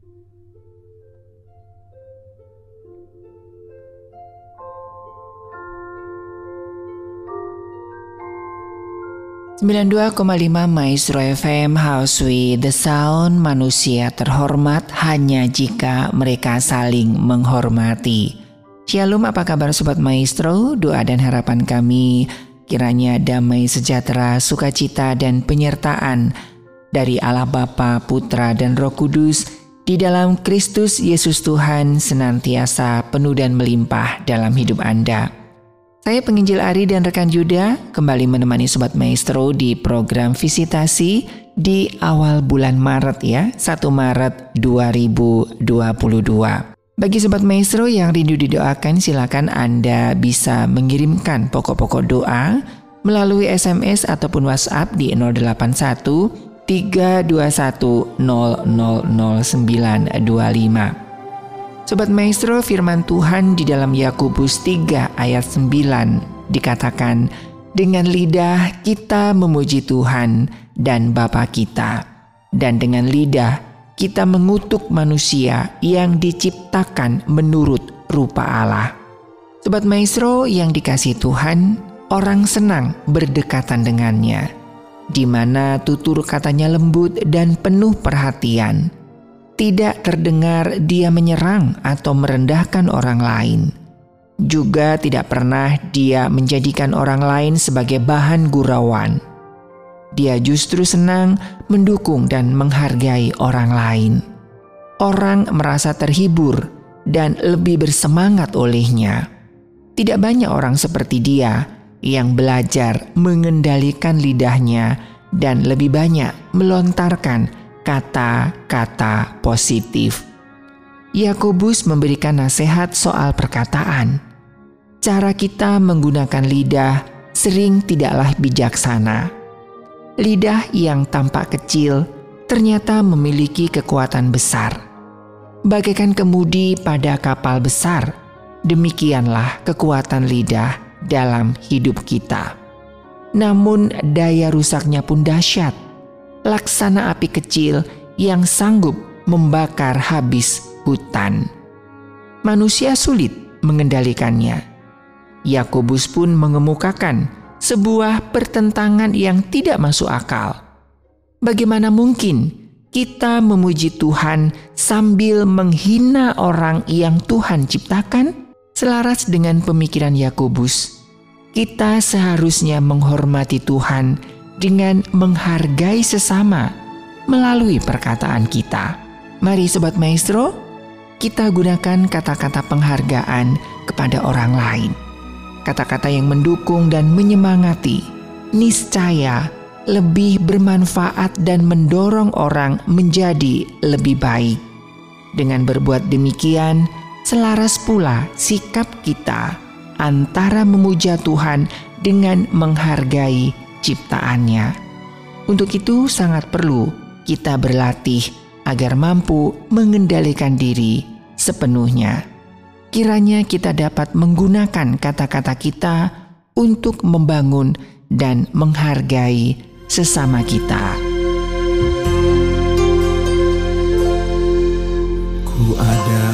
92,5 Maestro FM House with the Sound. Manusia terhormat hanya jika mereka saling menghormati. Shalom, apa kabar Sobat Maestro? Doa dan harapan kami kiranya damai sejahtera, sukacita dan penyertaan dari Allah Bapa, Putra dan Roh Kudus di dalam Kristus Yesus Tuhan senantiasa penuh dan melimpah dalam hidup Anda. Saya penginjil Ari dan rekan Yuda kembali menemani Sobat Maestro di program visitasi di awal bulan Maret ya, 1 Maret 2022. Bagi Sobat Maestro yang rindu didoakan, silakan Anda bisa mengirimkan pokok-pokok doa melalui SMS ataupun WhatsApp di 081 321 000925. Sobat Maestro, firman Tuhan di dalam Yakobus 3 ayat 9 dikatakan, dengan lidah kita memuji Tuhan dan Bapa kita, dan dengan lidah kita mengutuk manusia yang diciptakan menurut rupa Allah. Sobat Maestro yang dikasihi Tuhan, orang senang berdekatan dengannya, di mana tutur katanya lembut dan penuh perhatian. Tidak terdengar dia menyerang atau merendahkan orang lain. Juga tidak pernah dia menjadikan orang lain sebagai bahan gurauan. Dia justru senang mendukung dan menghargai orang lain. Orang merasa terhibur dan lebih bersemangat olehnya. Tidak banyak orang seperti dia yang belajar mengendalikan lidahnya dan lebih banyak melontarkan kata-kata positif. Yakobus memberikan nasihat soal perkataan. Cara kita menggunakan lidah sering tidaklah bijaksana. Lidah yang tampak kecil ternyata memiliki kekuatan besar. Bagaikan kemudi pada kapal besar, demikianlah kekuatan lidah dalam hidup kita. Namun daya rusaknya pun dahsyat. Laksana api kecil yang sanggup membakar habis hutan. Manusia sulit mengendalikannya. Yakobus pun mengemukakan sebuah pertentangan yang tidak masuk akal. Bagaimana mungkin kita memuji Tuhan sambil menghina orang yang Tuhan ciptakan? Selaras dengan pemikiran Yakobus, kita seharusnya menghormati Tuhan dengan menghargai sesama melalui perkataan kita. Mari Sobat Maestro, kita gunakan kata-kata penghargaan kepada orang lain. Kata-kata yang mendukung dan menyemangati, niscaya lebih bermanfaat dan mendorong orang menjadi lebih baik. Dengan berbuat demikian, selaras pula sikap kita antara memuja Tuhan dengan menghargai ciptaannya. Untuk itu sangat perlu kita berlatih agar mampu mengendalikan diri sepenuhnya. Kiranya kita dapat menggunakan kata-kata kita untuk membangun dan menghargai sesama kita. Ku ada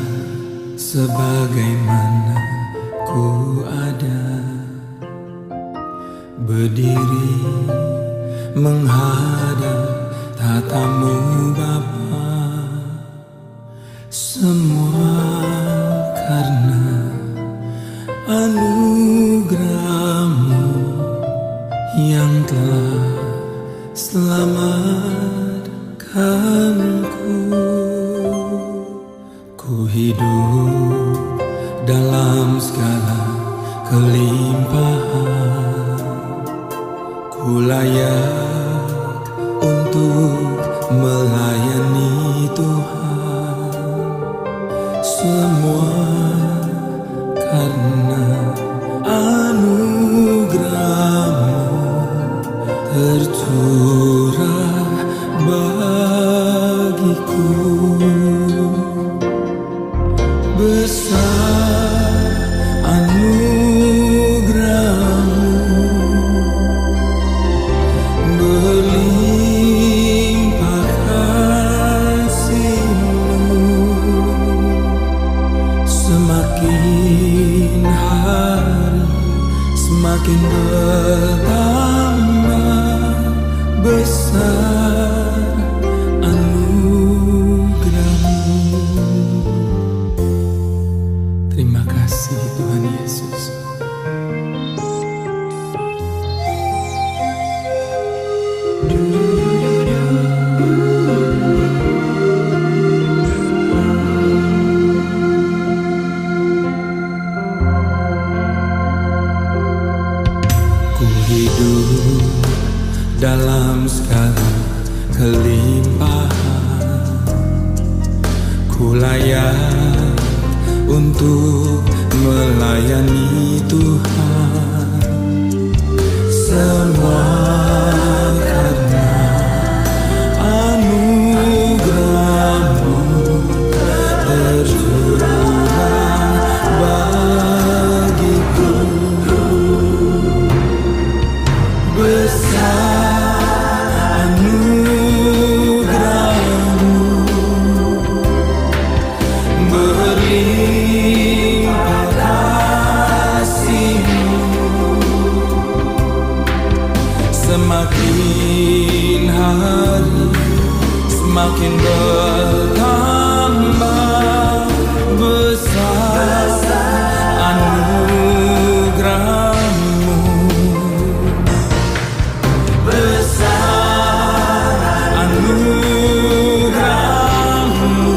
sebagaimana ku ada, berdiri menghadap tatamu Bapa, semua karena anugerah-Mu yang telah selamatkanku. Ku hidup dalam segala kelimpahan, ku layak untuk melayani Tuhan. Semua karena anugerah-Mu tercurah bagiku. Besar anugerah-Mu, berlimpah kasih-Mu, ku layak untuk melayani Tuhan. Semua karena anugerah-Mu tercurah bagiku. Besar anugerah-Mu, berlimpah kasih-Mu. Semakin hari semakin bertambah besar anugerah-Mu. Besar anugerah-Mu,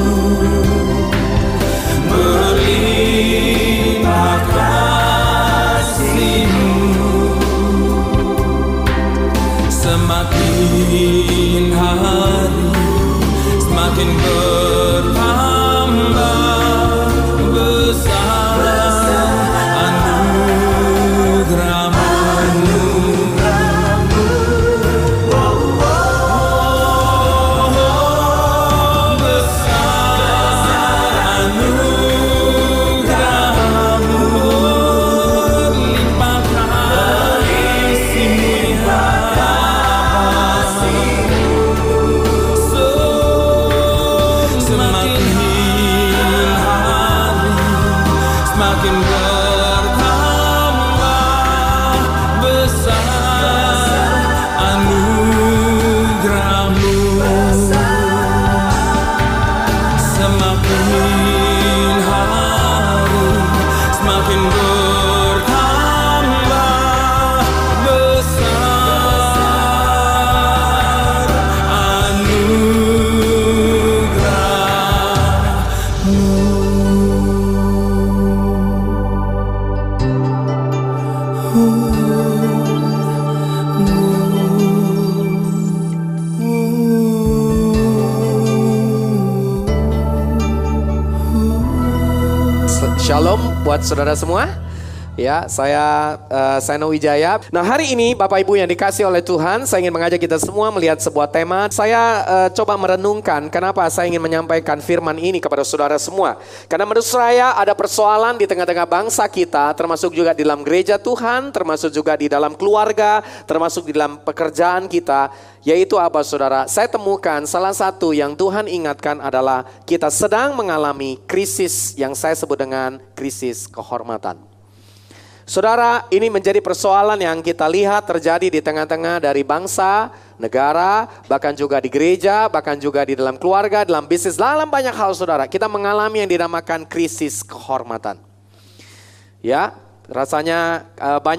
berlimpah kasih-Mu. Semakin hari semakin bertambah besar anugerah-Mu. Besar anugerah-Mu, limpah kasih-Mu ya semakin bertambah besar anugerah-Mu. Semakin hari semakin bertambah besar anugerah-Mu. Shalom buat saudara semua. Ya, saya Seno Wijaya. Nah, hari ini Bapak Ibu yang dikasih oleh Tuhan, saya ingin mengajak kita semua melihat sebuah tema. Saya coba merenungkan kenapa saya ingin menyampaikan firman ini kepada saudara semua. Karena menurut saya ada persoalan di tengah-tengah bangsa kita, termasuk juga di dalam gereja Tuhan, termasuk juga di dalam keluarga, termasuk di dalam pekerjaan kita. Yaitu apa saudara? Saya temukan salah satu yang Tuhan ingatkan adalah kita sedang mengalami krisis yang saya sebut dengan krisis kehormatan. Saudara, ini menjadi persoalan yang kita lihat terjadi di tengah-tengah dari bangsa, negara, bahkan juga di gereja, bahkan juga di dalam keluarga, dalam bisnis, dalam banyak hal saudara. Kita mengalami yang dinamakan krisis kehormatan. Ya, rasanya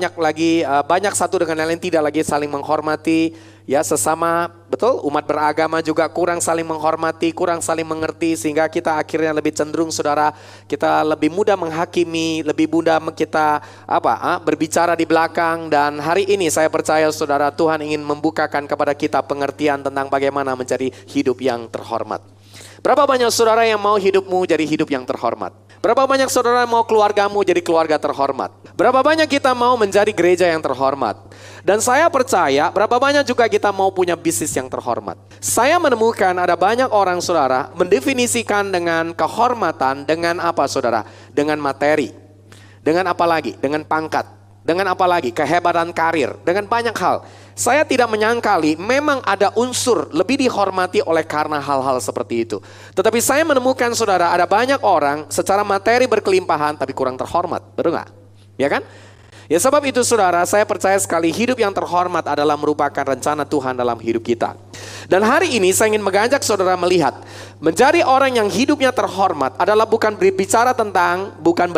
banyak satu dengan lain tidak lagi saling menghormati. Ya, sesama, betul, umat beragama juga kurang saling menghormati, kurang saling mengerti, sehingga kita akhirnya lebih cenderung saudara, kita lebih mudah menghakimi, lebih mudah kita berbicara di belakang. Dan hari ini saya percaya saudara, Tuhan ingin membukakan kepada kita pengertian tentang bagaimana menjadi hidup yang terhormat. Berapa banyak saudara yang mau hidupmu jadi hidup yang terhormat? Berapa banyak saudara mau keluargamu jadi keluarga terhormat? Berapa banyak kita mau menjadi gereja yang terhormat? Dan saya percaya berapa banyak juga kita mau punya bisnis yang terhormat. Saya menemukan ada banyak orang saudara mendefinisikan dengan kehormatan dengan apa saudara? Dengan materi. Dengan apa lagi? Dengan pangkat. Dengan apa lagi? Kehebatan karir. Dengan banyak hal. Saya tidak menyangkali memang ada unsur lebih dihormati oleh karena hal-hal seperti itu. Tetapi saya menemukan saudara ada banyak orang secara materi berkelimpahan tapi kurang terhormat. Betul nggak? Ya kan? Ya sebab itu saudara, saya percaya sekali hidup yang terhormat adalah merupakan rencana Tuhan dalam hidup kita. Dan hari ini saya ingin mengajak saudara melihat, menjadi orang yang hidupnya terhormat adalah bukan berbicara tentang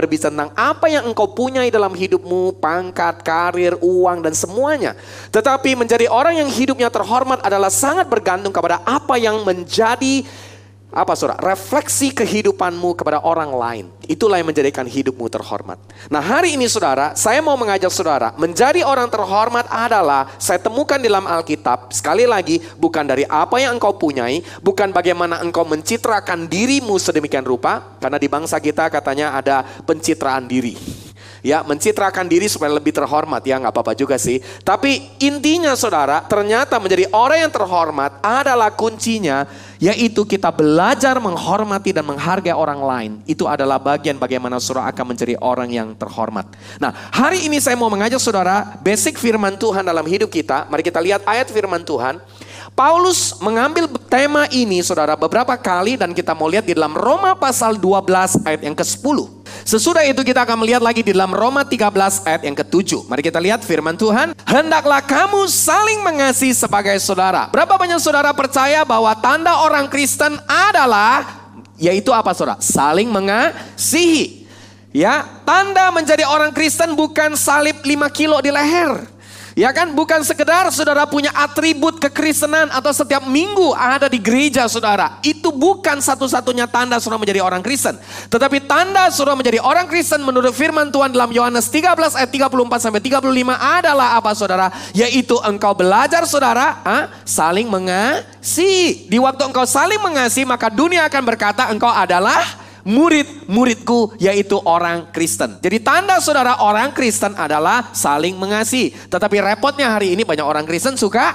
apa yang engkau punyai dalam hidupmu, pangkat, karir, uang dan semuanya. Tetapi menjadi orang yang hidupnya terhormat adalah sangat bergantung kepada apa yang menjadi Apa saudara? Refleksi kehidupanmu kepada orang lain. Itulah yang menjadikan hidupmu terhormat. Nah hari ini saudara, saya mau mengajak saudara, menjadi orang terhormat adalah, saya temukan dalam Alkitab, sekali lagi, bukan dari apa yang engkau punyai, bukan bagaimana engkau mencitrakan dirimu sedemikian rupa, karena di bangsa kita katanya ada pencitraan diri. Ya, mencitrakan diri supaya lebih terhormat, ya nggak apa-apa juga sih. Tapi intinya saudara, ternyata menjadi orang yang terhormat adalah kuncinya, yaitu kita belajar menghormati dan menghargai orang lain. Itu adalah bagian bagaimana saudara akan menjadi orang yang terhormat. Nah, hari ini saya mau mengajak saudara basic firman Tuhan dalam hidup kita. Mari kita lihat ayat firman Tuhan. Paulus mengambil tema ini saudara beberapa kali, dan kita mau lihat di dalam Roma pasal 12 ayat yang ke-10. Sesudah itu kita akan melihat lagi di dalam Roma 13 ayat yang ke-7. Mari kita lihat firman Tuhan. Hendaklah kamu saling mengasihi sebagai saudara. Berapa banyak saudara percaya bahwa tanda orang Kristen adalah, yaitu apa saudara? Saling mengasihi. Ya, tanda menjadi orang Kristen bukan salib 5 kilo di leher. Ya kan, bukan sekedar saudara punya atribut kekristenan atau setiap minggu ada di gereja saudara. Itu bukan satu-satunya tanda saudara menjadi orang Kristen. Tetapi tanda saudara menjadi orang Kristen menurut firman Tuhan dalam Yohanes 13 ayat 34 sampai 35 adalah apa saudara? Yaitu engkau belajar saudara saling mengasihi. Di waktu engkau saling mengasihi, maka dunia akan berkata engkau adalah murid-muridku, yaitu orang Kristen. Jadi tanda saudara orang Kristen adalah saling mengasihi. Tetapi repotnya hari ini banyak orang Kristen suka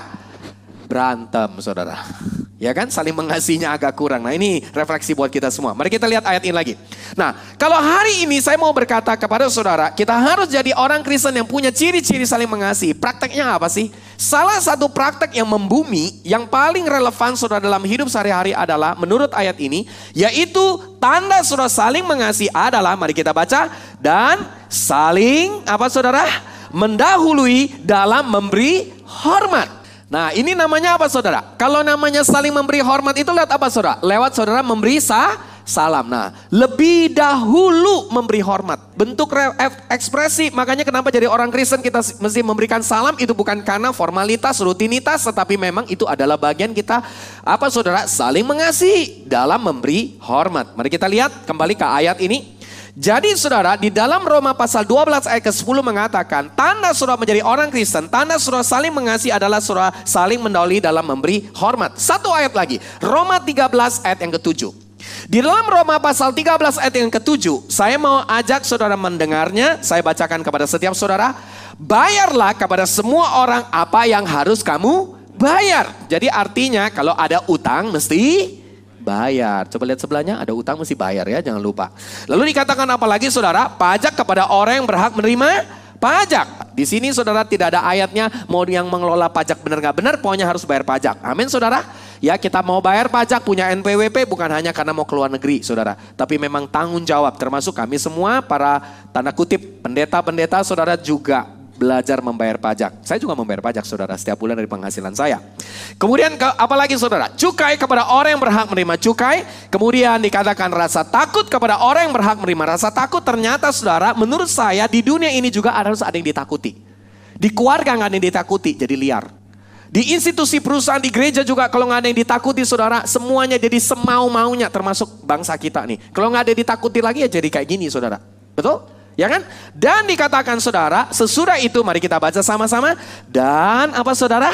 berantem saudara. Ya kan, saling mengasihinya agak kurang. Nah ini refleksi buat kita semua. Mari kita lihat ayat ini lagi. Nah kalau hari ini saya mau berkata kepada saudara, kita harus jadi orang Kristen yang punya ciri-ciri saling mengasihi. Prakteknya apa sih? Salah satu praktek yang membumi, yang paling relevan saudara dalam hidup sehari-hari adalah menurut ayat ini, yaitu tanda saudara saling mengasihi adalah, mari kita baca, dan saling apa saudara? Mendahului dalam memberi hormat. Nah ini namanya apa saudara? Kalau namanya saling memberi hormat itu lewat apa saudara? Lewat saudara memberi salam. Nah lebih dahulu memberi hormat. Bentuk ekspresi, makanya kenapa jadi orang Kristen kita mesti memberikan salam, itu bukan karena formalitas, rutinitas, tetapi memang itu adalah bagian kita apa saudara? Saling mengasihi dalam memberi hormat. Mari kita lihat kembali ke ayat ini. Jadi saudara, di dalam Roma pasal 12 ayat ke-10 mengatakan, tanda saudara menjadi orang Kristen, tanda saudara saling mengasihi adalah saudara saling mendahului dalam memberi hormat. Satu ayat lagi, Roma 13 ayat yang ke-7. Di dalam Roma pasal 13 ayat yang ke-7, saya mau ajak saudara mendengarnya, saya bacakan kepada setiap saudara. Bayarlah kepada semua orang apa yang harus kamu bayar. Jadi artinya kalau ada utang mesti bayar. Coba lihat sebelahnya, ada utang mesti bayar ya, jangan lupa. Lalu dikatakan apa lagi saudara? Pajak kepada orang yang berhak menerima pajak. Di sini saudara tidak ada ayatnya mau yang mengelola pajak benar gak benar, pokoknya harus bayar pajak. Amin saudara. Ya kita mau bayar pajak, punya NPWP bukan hanya karena mau keluar negeri saudara. Tapi memang tanggung jawab, termasuk kami semua para tanda kutip pendeta-pendeta saudara juga belajar membayar pajak. Saya juga membayar pajak saudara setiap bulan dari penghasilan saya. Kemudian apalagi saudara? Cukai kepada orang yang berhak menerima cukai. Kemudian dikatakan rasa takut kepada orang yang berhak menerima rasa takut. Ternyata saudara, menurut saya di dunia ini juga harus ada yang ditakuti. Di keluarga nggak ada yang ditakuti, jadi liar. Di institusi perusahaan, di gereja juga kalau nggak ada yang ditakuti saudara, semuanya jadi semau-maunya, termasuk bangsa kita nih. Kalau nggak ada yang ditakuti lagi ya jadi kayak gini saudara. Betul? Ya kan? Dan dikatakan saudara, sesudah itu mari kita baca sama-sama. Dan apa saudara?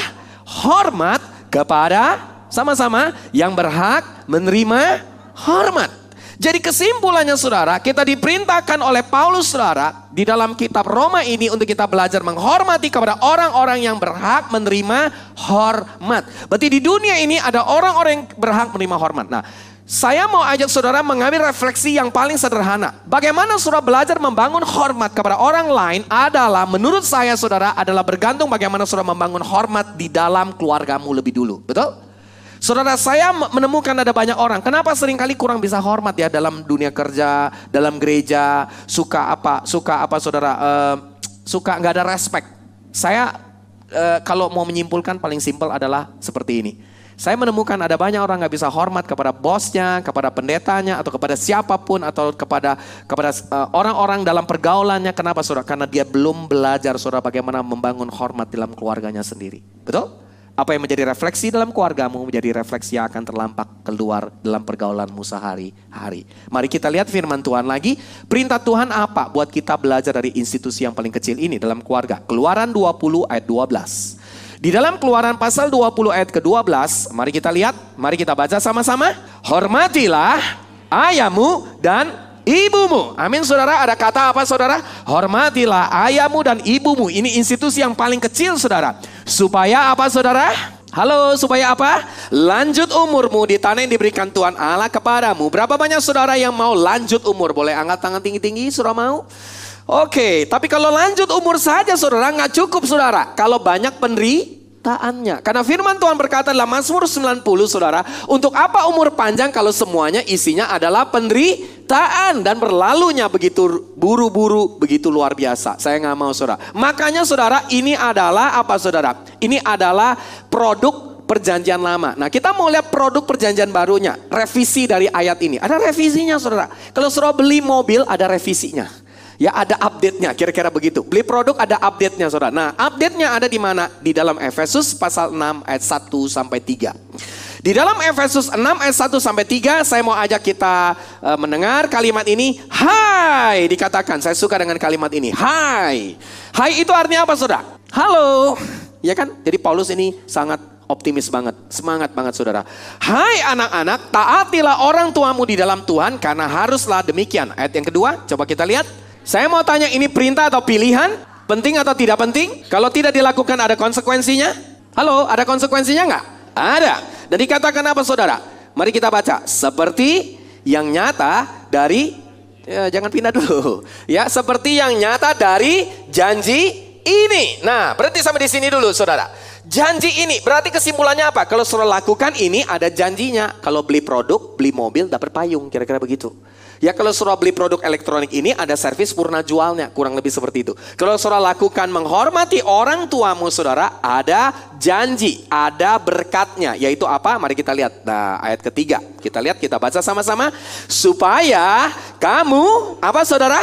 Hormat kepada sama-sama yang berhak menerima hormat. Jadi kesimpulannya saudara, kita diperintahkan oleh Paulus saudara di dalam kitab Roma ini untuk kita belajar menghormati kepada orang-orang yang berhak menerima hormat. Berarti di dunia ini ada orang-orang yang berhak menerima hormat. Nah, saya mau ajak saudara mengambil refleksi yang paling sederhana. Bagaimana saudara belajar membangun hormat kepada orang lain adalah menurut saya saudara adalah bergantung bagaimana saudara membangun hormat di dalam keluargamu lebih dulu. Betul? Saudara, saya menemukan ada banyak orang. Kenapa seringkali kurang bisa hormat ya dalam dunia kerja, dalam gereja. Suka apa saudara, suka nggak ada respect. Saya kalau mau menyimpulkan paling simpel adalah seperti ini. Saya menemukan ada banyak orang gak bisa hormat kepada bosnya, kepada pendetanya, atau kepada siapapun, atau kepada orang-orang dalam pergaulannya. Kenapa saudara? Karena dia belum belajar saudara bagaimana membangun hormat dalam keluarganya sendiri. Betul? Apa yang menjadi refleksi dalam keluargamu menjadi refleksi yang akan terlampak keluar dalam pergaulanmu sehari-hari. Mari kita lihat firman Tuhan lagi. Perintah Tuhan apa buat kita belajar dari institusi yang paling kecil ini dalam keluarga? Keluaran 20 ayat 12. Di dalam Keluaran pasal 20 ayat ke-12, mari kita lihat, mari kita baca sama-sama. Hormatilah ayahmu dan ibumu. Amin saudara, ada kata apa saudara? Hormatilah ayahmu dan ibumu. Ini institusi yang paling kecil saudara. Supaya apa saudara? Halo, supaya apa? Lanjut umurmu di tanah yang diberikan Tuhan Allah kepadamu. Berapa banyak saudara yang mau lanjut umur? Boleh angkat tangan tinggi-tinggi, saudara mau? Oke, tapi kalau lanjut umur saja saudara nggak cukup saudara. Kalau banyak penderitaannya. Karena firman Tuhan berkata dalam Mazmur 90 saudara. Untuk apa umur panjang kalau semuanya isinya adalah penderitaan. Dan berlalunya begitu buru-buru, begitu luar biasa. Saya nggak mau saudara. Makanya saudara ini adalah apa saudara? Ini adalah produk perjanjian lama. Nah kita mau lihat produk perjanjian barunya. Revisi dari ayat ini. Ada revisinya saudara. Kalau saudara beli mobil ada revisinya. Ya ada update-nya, kira-kira begitu. Beli produk ada update-nya saudara. Nah update-nya ada di mana? Di dalam Efesus pasal 6 ayat 1 sampai 3. Di dalam Efesus 6 ayat 1 sampai 3 saya mau ajak kita mendengar kalimat ini. Hai dikatakan, saya suka dengan kalimat ini. Hai. Hai itu artinya apa saudara? Halo. Ya kan? Jadi Paulus ini sangat optimis banget, semangat banget saudara. Hai anak-anak, taatilah orang tuamu di dalam Tuhan karena haruslah demikian. Ayat yang kedua, coba kita lihat. Saya mau tanya ini perintah atau pilihan? Penting atau tidak penting? Kalau tidak dilakukan ada konsekuensinya? Halo, ada konsekuensinya nggak? Ada. Dan dikatakan apa saudara? Mari kita baca. Seperti yang nyata dari, jangan pindah dulu. Ya, seperti yang nyata dari janji ini. Nah, berhenti sampai di sini dulu saudara. Janji ini, berarti kesimpulannya apa? Kalau saudara lakukan ini ada janjinya. Kalau beli produk, beli mobil dapat payung, kira-kira begitu. Ya kalau saudara beli produk elektronik ini ada servis purna jualnya, kurang lebih seperti itu. Kalau saudara lakukan menghormati orang tuamu saudara, ada janji, ada berkatnya. Yaitu apa? Mari kita lihat. Nah ayat ketiga, kita lihat, kita baca sama-sama. Supaya kamu, apa saudara?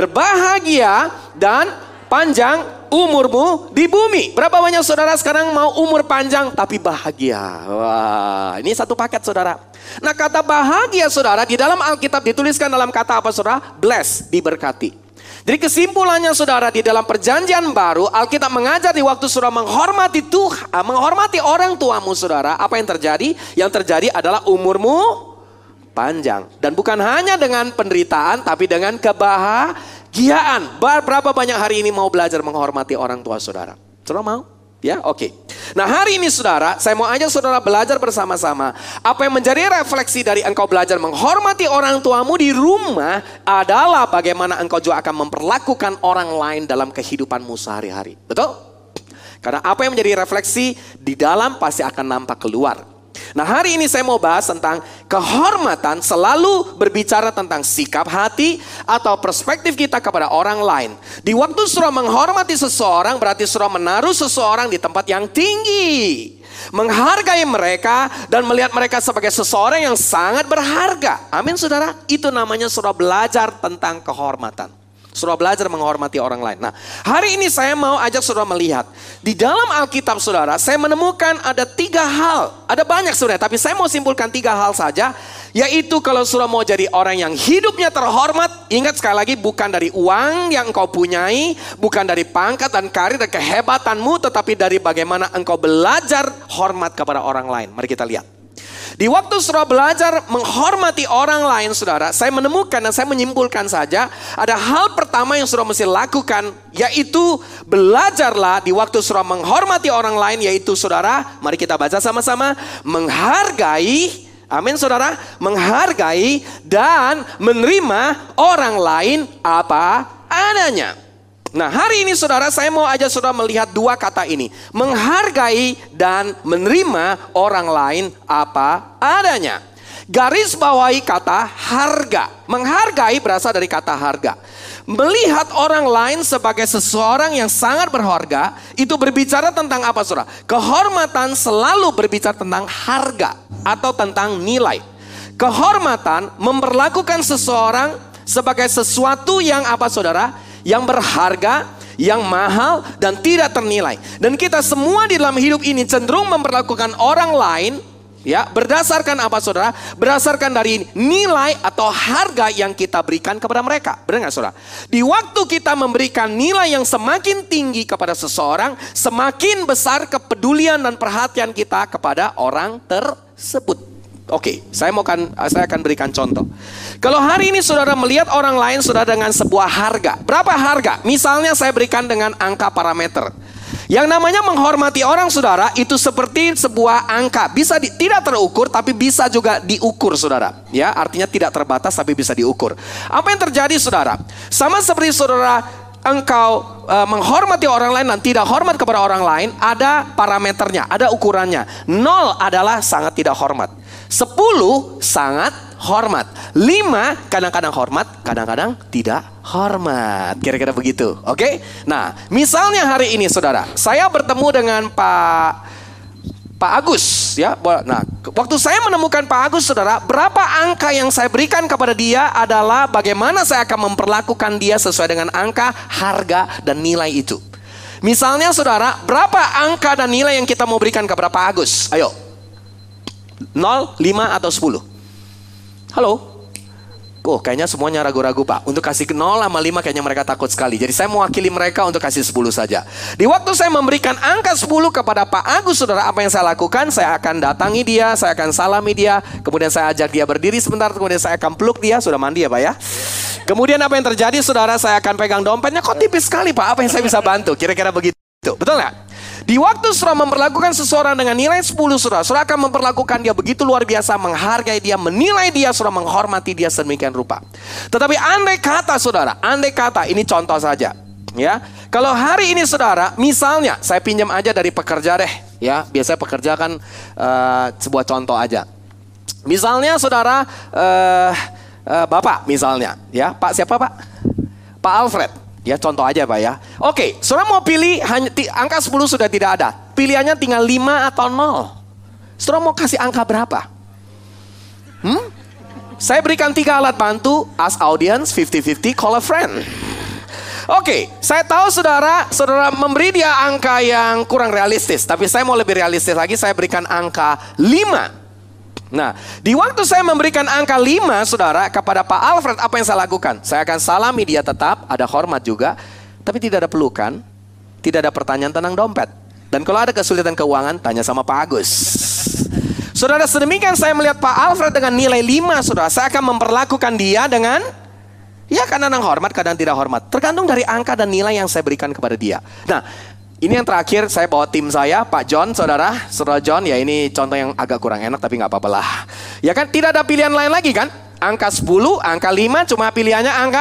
Berbahagia dan panjang umurmu di bumi. Berapa banyak saudara sekarang mau umur panjang tapi bahagia? Wah ini satu paket saudara. Nah kata bahagia saudara di dalam Alkitab dituliskan dalam kata apa saudara? Bless, diberkati. Jadi kesimpulannya saudara di dalam perjanjian baru Alkitab mengajar di waktu saudara menghormati Tuhan, menghormati orang tuamu saudara. Apa yang terjadi? Yang terjadi adalah umurmu panjang. Dan bukan hanya dengan penderitaan tapi dengan kebahagiaan. Berapa banyak hari ini mau belajar menghormati orang tua saudara? Saudara mau? Ya, oke. Nah hari ini saudara, saya mau ajak saudara belajar bersama-sama. Apa yang menjadi refleksi dari engkau belajar menghormati orang tuamu di rumah adalah bagaimana engkau juga akan memperlakukan orang lain dalam kehidupanmu sehari-hari. Betul? Karena apa yang menjadi refleksi di dalam pasti akan nampak keluar. Nah hari ini saya mau bahas tentang kehormatan selalu berbicara tentang sikap hati atau perspektif kita kepada orang lain. Di waktu saudara menghormati seseorang berarti saudara menaruh seseorang di tempat yang tinggi. Menghargai mereka dan melihat mereka sebagai seseorang yang sangat berharga. Amin saudara, itu namanya saudara belajar tentang kehormatan. Saudara belajar menghormati orang lain. Nah, hari ini saya mau ajak saudara melihat. Di dalam Alkitab saudara, saya menemukan ada 3 hal. Ada banyak saudara, tapi saya mau simpulkan 3 hal saja. Yaitu kalau saudara mau jadi orang yang hidupnya terhormat. Ingat sekali lagi, bukan dari uang yang engkau punyai. Bukan dari pangkat dan karir dan kehebatanmu. Tetapi dari bagaimana engkau belajar hormat kepada orang lain. Mari kita lihat. Di waktu saudara belajar menghormati orang lain saudara, saya menemukan dan saya menyimpulkan saja ada hal pertama yang saudara mesti lakukan, yaitu belajarlah di waktu saudara menghormati orang lain, yaitu saudara, mari kita baca sama-sama, menghargai, amin saudara, menghargai dan menerima orang lain apa adanya. Nah hari ini saudara, saya mau ajak saudara melihat 2 kata ini. Menghargai dan menerima orang lain apa adanya. Garis bawahi kata harga. Menghargai berasal dari kata harga. Melihat orang lain sebagai seseorang yang sangat berharga, itu berbicara tentang apa saudara? Kehormatan selalu berbicara tentang harga atau tentang nilai. Kehormatan memperlakukan seseorang sebagai sesuatu yang apa saudara? Yang berharga, yang mahal dan tidak ternilai. Dan kita semua di dalam hidup ini cenderung memperlakukan orang lain, ya, berdasarkan apa saudara? Berdasarkan dari nilai atau harga yang kita berikan kepada mereka. Benar nggak saudara? Di waktu kita memberikan nilai yang semakin tinggi kepada seseorang, semakin besar kepedulian dan perhatian kita kepada orang tersebut. Oke, saya akan berikan contoh. Kalau hari ini saudara melihat orang lain saudara dengan sebuah harga. Berapa harga? Misalnya saya berikan dengan angka parameter. Yang namanya menghormati orang saudara itu seperti sebuah angka. Bisa tidak terukur tapi bisa juga diukur saudara. Ya, artinya tidak terbatas tapi bisa diukur. Apa yang terjadi saudara? Sama seperti saudara engkau menghormati orang lain dan tidak hormat kepada orang lain, ada parameternya, ada ukurannya. 0 adalah sangat tidak hormat. 10 sangat hormat. 5 kadang-kadang hormat, kadang-kadang tidak hormat. Kira-kira begitu. Oke? Nah, misalnya hari ini saudara, saya bertemu dengan Pak Agus, ya. Nah, waktu saya menemukan Pak Agus saudara, berapa angka yang saya berikan kepada dia adalah bagaimana saya akan memperlakukan dia sesuai dengan angka, harga, dan nilai itu. Misalnya saudara, berapa angka dan nilai yang kita mau berikan kepada Pak Agus? Ayo. 0, 5, atau 10? Halo? Kayaknya semuanya ragu-ragu Pak. Untuk kasih 0 sama 5 kayaknya mereka takut sekali. Jadi saya mewakili mereka untuk kasih 10 saja. Di waktu saya memberikan angka 10 kepada Pak Agus saudara, apa yang saya lakukan? Saya akan datangi dia, saya akan salami dia. Kemudian saya ajak dia berdiri sebentar, kemudian saya akan peluk dia. Sudah mandi ya Pak ya? Kemudian apa yang terjadi saudara? Saya akan pegang dompetnya. Kok tipis sekali Pak, apa yang saya bisa bantu? Kira-kira begitu. Betul nggak? Di waktu saudara memperlakukan seseorang dengan nilai 10 saudara akan memperlakukan dia begitu luar biasa, menghargai dia, menilai dia, saudara menghormati dia sedemikian rupa. Tetapi andai kata saudara, ini contoh saja, ya. Kalau hari ini saudara, misalnya saya pinjam aja dari pekerja deh, ya. Biasanya pekerja kan sebuah contoh aja. Misalnya saudara, Bapak misalnya, ya. Pak siapa Pak? Pak Alfred. Ya contoh aja Pak ya. Oke, saudara mau pilih hanya angka 10 sudah tidak ada. Pilihannya tinggal 5 atau 0. Saudara mau kasih angka berapa? Saya berikan 3 alat bantu. Ask audience, 50-50, call a friend. Oke, saya tahu saudara memberi dia angka yang kurang realistis. Tapi saya mau lebih realistis lagi, saya berikan angka 5. Nah, di waktu saya memberikan angka 5 saudara kepada Pak Alfred, apa yang saya lakukan? Saya akan salami dia tetap, ada hormat juga, tapi tidak ada pelukan, tidak ada pertanyaan tentang dompet. Dan kalau ada kesulitan keuangan, tanya sama Pak Agus. Saudara, sedemikian saya melihat Pak Alfred dengan nilai 5 saudara, saya akan memperlakukan dia dengan, ya kadang hormat, kadang tidak hormat. Tergantung dari angka dan nilai yang saya berikan kepada dia. Nah, ini yang terakhir, saya bawa tim saya, Pak John, saudara John, ya ini contoh yang agak kurang enak tapi nggak apa-apa lah. Ya kan, tidak ada pilihan lain lagi kan? Angka 10, angka 5, cuma pilihannya angka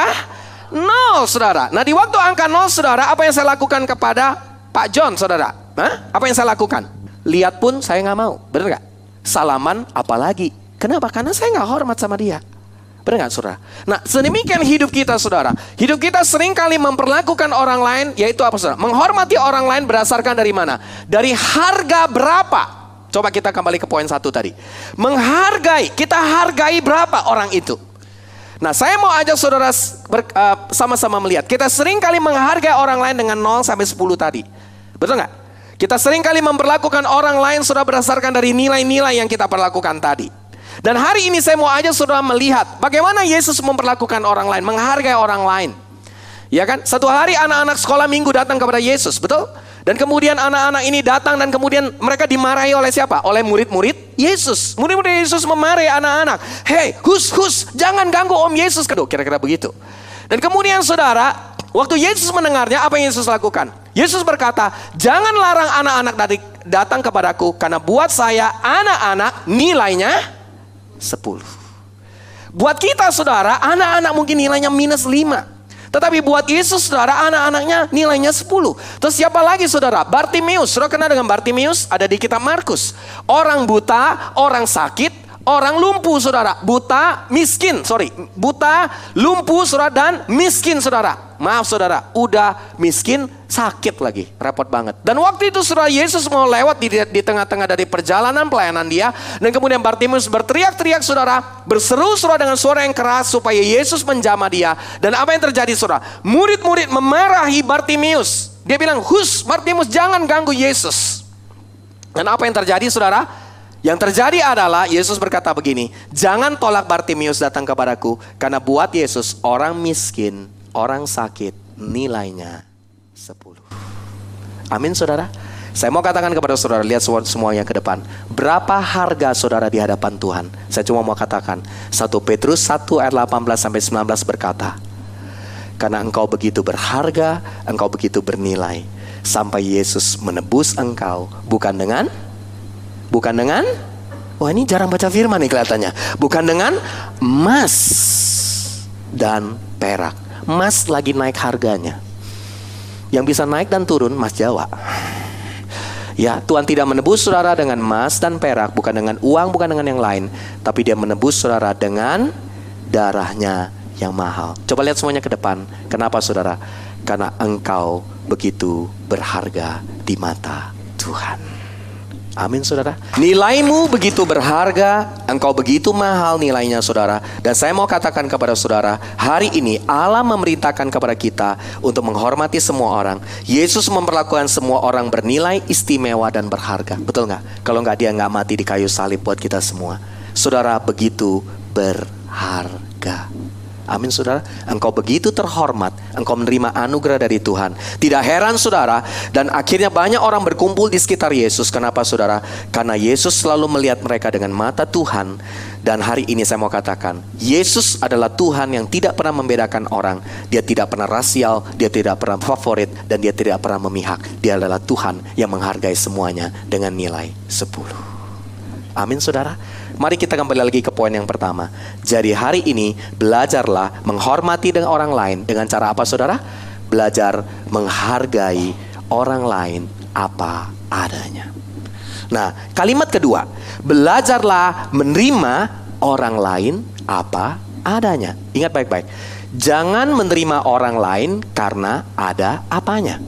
0, saudara. Nah di waktu angka 0, saudara, apa yang saya lakukan kepada Pak John, saudara? Apa yang saya lakukan? Lihat pun saya nggak mau, bener nggak? Salaman apalagi. Kenapa? Karena saya nggak hormat sama dia. Benar nggak saudara? Nah sedemikian hidup kita saudara. Hidup kita seringkali memperlakukan orang lain, yaitu apa saudara? Menghormati orang lain berdasarkan dari mana? Dari harga berapa? Coba kita kembali ke poin 1 tadi. Menghargai, kita hargai berapa orang itu? Nah saya mau ajak saudara sama-sama melihat. Kita seringkali menghargai orang lain dengan 0 sampai 10 tadi. Betul nggak? Kita seringkali memperlakukan orang lain saudara berdasarkan dari nilai-nilai yang kita perlakukan tadi. Dan hari ini saya mau ajak saudara melihat bagaimana Yesus memperlakukan orang lain, menghargai orang lain. Ya kan? Satu hari anak-anak sekolah minggu datang kepada Yesus, betul? Dan kemudian anak-anak ini datang dan kemudian mereka dimarahi oleh siapa? Oleh murid-murid Yesus. Murid-murid Yesus memarahi anak-anak. Hei, jangan ganggu Om Yesus. Kira-kira begitu. Dan kemudian saudara, waktu Yesus mendengarnya, apa yang Yesus lakukan? Yesus berkata, jangan larang anak-anak datang kepadaku, karena buat saya anak-anak nilainya 10. Buat kita saudara, anak-anak mungkin nilainya minus 5. Tetapi buat Yesus saudara, anak-anaknya nilainya 10. Terus siapa lagi saudara? Bartimeus. Saudara kenal dengan Bartimeus? Ada di kitab Markus. Orang buta, orang sakit, orang lumpuh saudara, buta, miskin, buta, lumpuh saudara dan miskin saudara. Maaf saudara, udah miskin, sakit lagi, repot banget. Dan waktu itu saudara Yesus mau lewat di tengah-tengah dari perjalanan pelayanan dia. Dan kemudian Bartimeus berteriak-teriak saudara, berseru saudara dengan suara yang keras supaya Yesus menjamah dia. Dan apa yang terjadi saudara? Murid-murid memarahi Bartimeus. Dia bilang, "Hus, Bartimeus, jangan ganggu Yesus." Dan apa yang terjadi saudara? Yang terjadi adalah Yesus berkata begini, "Jangan tolak Bartimeus datang kepadaku, karena buat Yesus orang miskin, orang sakit nilainya 10." Amin saudara. Saya mau katakan kepada saudara, lihat semuanya ke depan. Berapa harga saudara di hadapan Tuhan? Saya cuma mau katakan 1 Petrus 1 ayat 18-19 berkata, "Karena engkau begitu berharga, engkau begitu bernilai, sampai Yesus menebus engkau bukan dengan, wah ini jarang baca firman nih kelihatannya. Bukan dengan emas dan perak." Emas lagi naik harganya. Yang bisa naik dan turun emas Jawa. Ya, Tuhan tidak menebus saudara dengan emas dan perak, bukan dengan uang, bukan dengan yang lain, tapi dia menebus saudara dengan darahnya yang mahal. Coba lihat semuanya ke depan. Kenapa saudara? Karena engkau begitu berharga di mata Tuhan. Amin saudara. Nilaimu begitu berharga, engkau begitu mahal nilainya saudara. Dan saya mau katakan kepada saudara, hari ini Allah memerintahkan kepada kita untuk menghormati semua orang. Yesus memperlakukan semua orang bernilai, istimewa dan berharga. Betul gak? Kalau gak dia gak mati di kayu salib buat kita semua. Saudara begitu berharga. Amin saudara. Engkau begitu terhormat, engkau menerima anugerah dari Tuhan. Tidak heran saudara, dan akhirnya banyak orang berkumpul di sekitar Yesus. Kenapa saudara? Karena Yesus selalu melihat mereka dengan mata Tuhan. Dan hari ini saya mau katakan, Yesus adalah Tuhan yang tidak pernah membedakan orang. Dia tidak pernah rasial, dia tidak pernah favorit, dan dia tidak pernah memihak. Dia adalah Tuhan yang menghargai semuanya dengan nilai 10. Amin saudara. Mari kita kembali lagi ke poin yang pertama. Jadi hari ini belajarlah menghormati dengan orang lain. Dengan cara apa saudara? Belajar menghargai orang lain apa adanya. Nah, kalimat kedua, belajarlah menerima orang lain apa adanya. Ingat baik-baik. Jangan menerima orang lain karena ada apanya.